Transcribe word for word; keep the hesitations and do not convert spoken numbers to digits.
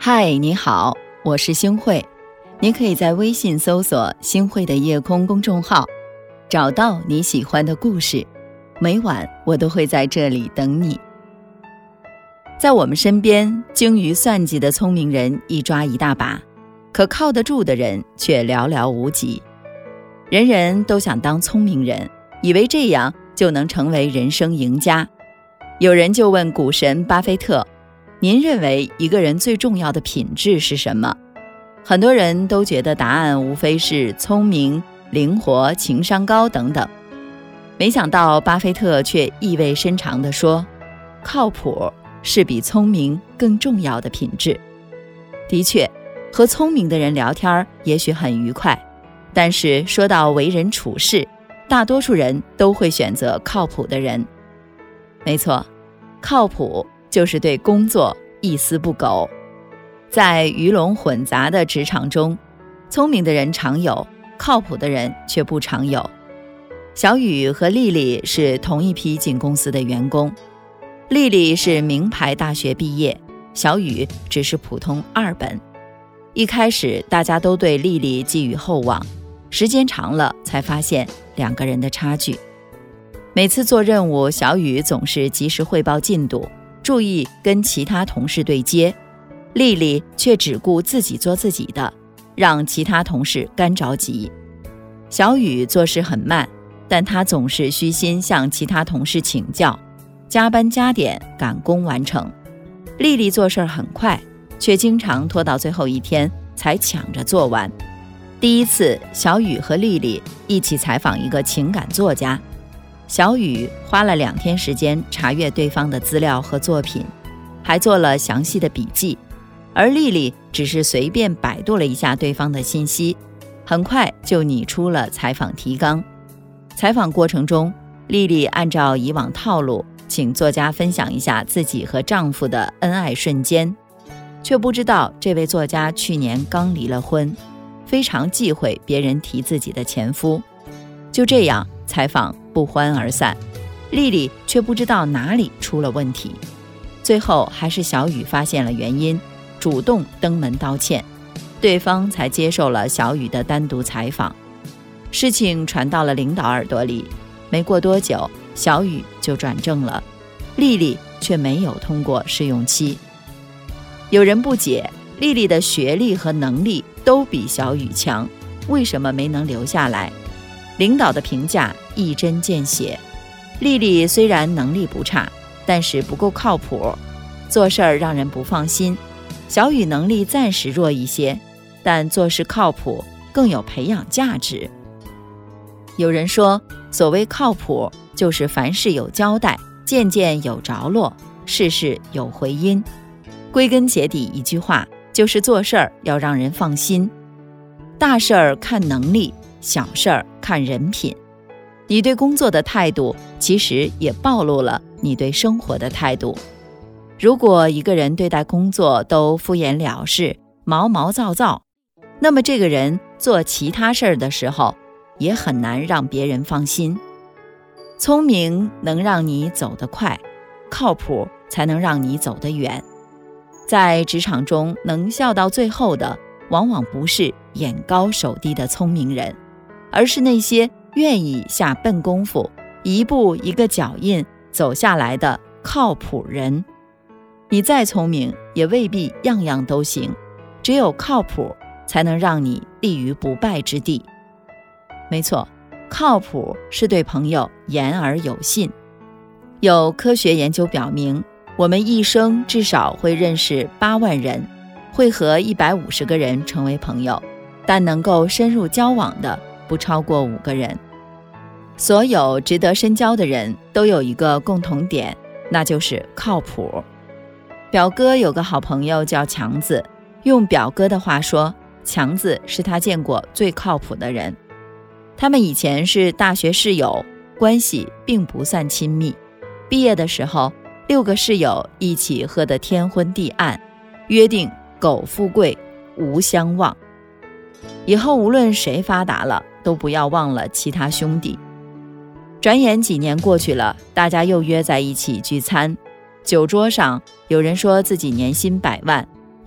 嗨，你好，我是星慧。你可以在微信搜索星慧的夜空公众号，找到你喜欢的故事。每晚我都会在这里等你。在我们身边，精于算计的聪明人一抓一大把，可靠得住的人却寥寥无几。人人都想当聪明人，以为这样就能成为人生赢家。有人就问股神巴菲特，您认为一个人最重要的品质是什么？很多人都觉得答案无非是聪明、灵活、情商高等等。没想到巴菲特却意味深长地说，靠谱是比聪明更重要的品质。的确，和聪明的人聊天也许很愉快，但是说到为人处事，大多数人都会选择靠谱的人。没错，靠谱就是对工作一丝不苟。在鱼龙混杂的职场中，聪明的人常有，靠谱的人却不常有。小雨和丽丽是同一批进公司的员工，丽丽是名牌大学毕业，小雨只是普通二本。一开始大家都对丽丽寄予厚望，时间长了才发现两个人的差距。每次做任务，小雨总是及时汇报进度，注意跟其他同事对接，丽丽却只顾自己做自己的，让其他同事干着急。小雨做事很慢，但她总是虚心向其他同事请教，加班加点赶工完成。丽丽做事很快，却经常拖到最后一天才抢着做完。第一次，小雨和丽丽一起采访一个情感作家，小雨花了两天时间查阅对方的资料和作品，还做了详细的笔记，而丽丽只是随便百度了一下对方的信息，很快就拟出了采访提纲。采访过程中，丽丽按照以往套路，请作家分享一下自己和丈夫的恩爱瞬间，却不知道这位作家去年刚离了婚，非常忌讳别人提自己的前夫。就这样，采访不欢而散，丽丽却不知道哪里出了问题。最后还是小雨发现了原因，主动登门道歉，对方才接受了小雨的单独采访。事情传到了领导耳朵里，没过多久，小雨就转正了，丽丽却没有通过试用期。有人不解，丽丽的学历和能力都比小雨强，为什么没能留下来？领导的评价一针见血，丽丽虽然能力不差，但是不够靠谱，做事儿让人不放心。小雨能力暂时弱一些，但做事靠谱，更有培养价值。有人说，所谓靠谱，就是凡事有交代，件件有着落，事事有回音。归根结底一句话，就是做事儿要让人放心。大事儿看能力，小事儿看人品。你对工作的态度，其实也暴露了你对生活的态度。如果一个人对待工作都敷衍了事，毛毛躁躁，那么这个人做其他事儿的时候，也很难让别人放心。聪明能让你走得快，靠谱才能让你走得远。在职场中，能笑到最后的，往往不是眼高手低的聪明人，而是那些愿意下笨功夫，一步一个脚印走下来的靠谱人。你再聪明，也未必样样都行，只有靠谱才能让你立于不败之地。没错，靠谱是对朋友言而有信。有科学研究表明，我们一生至少会认识八万人，会和一百五十个人成为朋友，但能够深入交往的不超过五个人。所有值得深交的人都有一个共同点，那就是靠谱。表哥有个好朋友叫强子，用表哥的话说，强子是他见过最靠谱的人。他们以前是大学室友，关系并不算亲密。毕业的时候，六个室友一起喝得天昏地暗，约定苟富贵无相忘，以后无论谁发达了，都不要忘了其他兄弟。转眼几年过去了，大家又约在一起聚餐，酒桌上有人说自己年薪百万，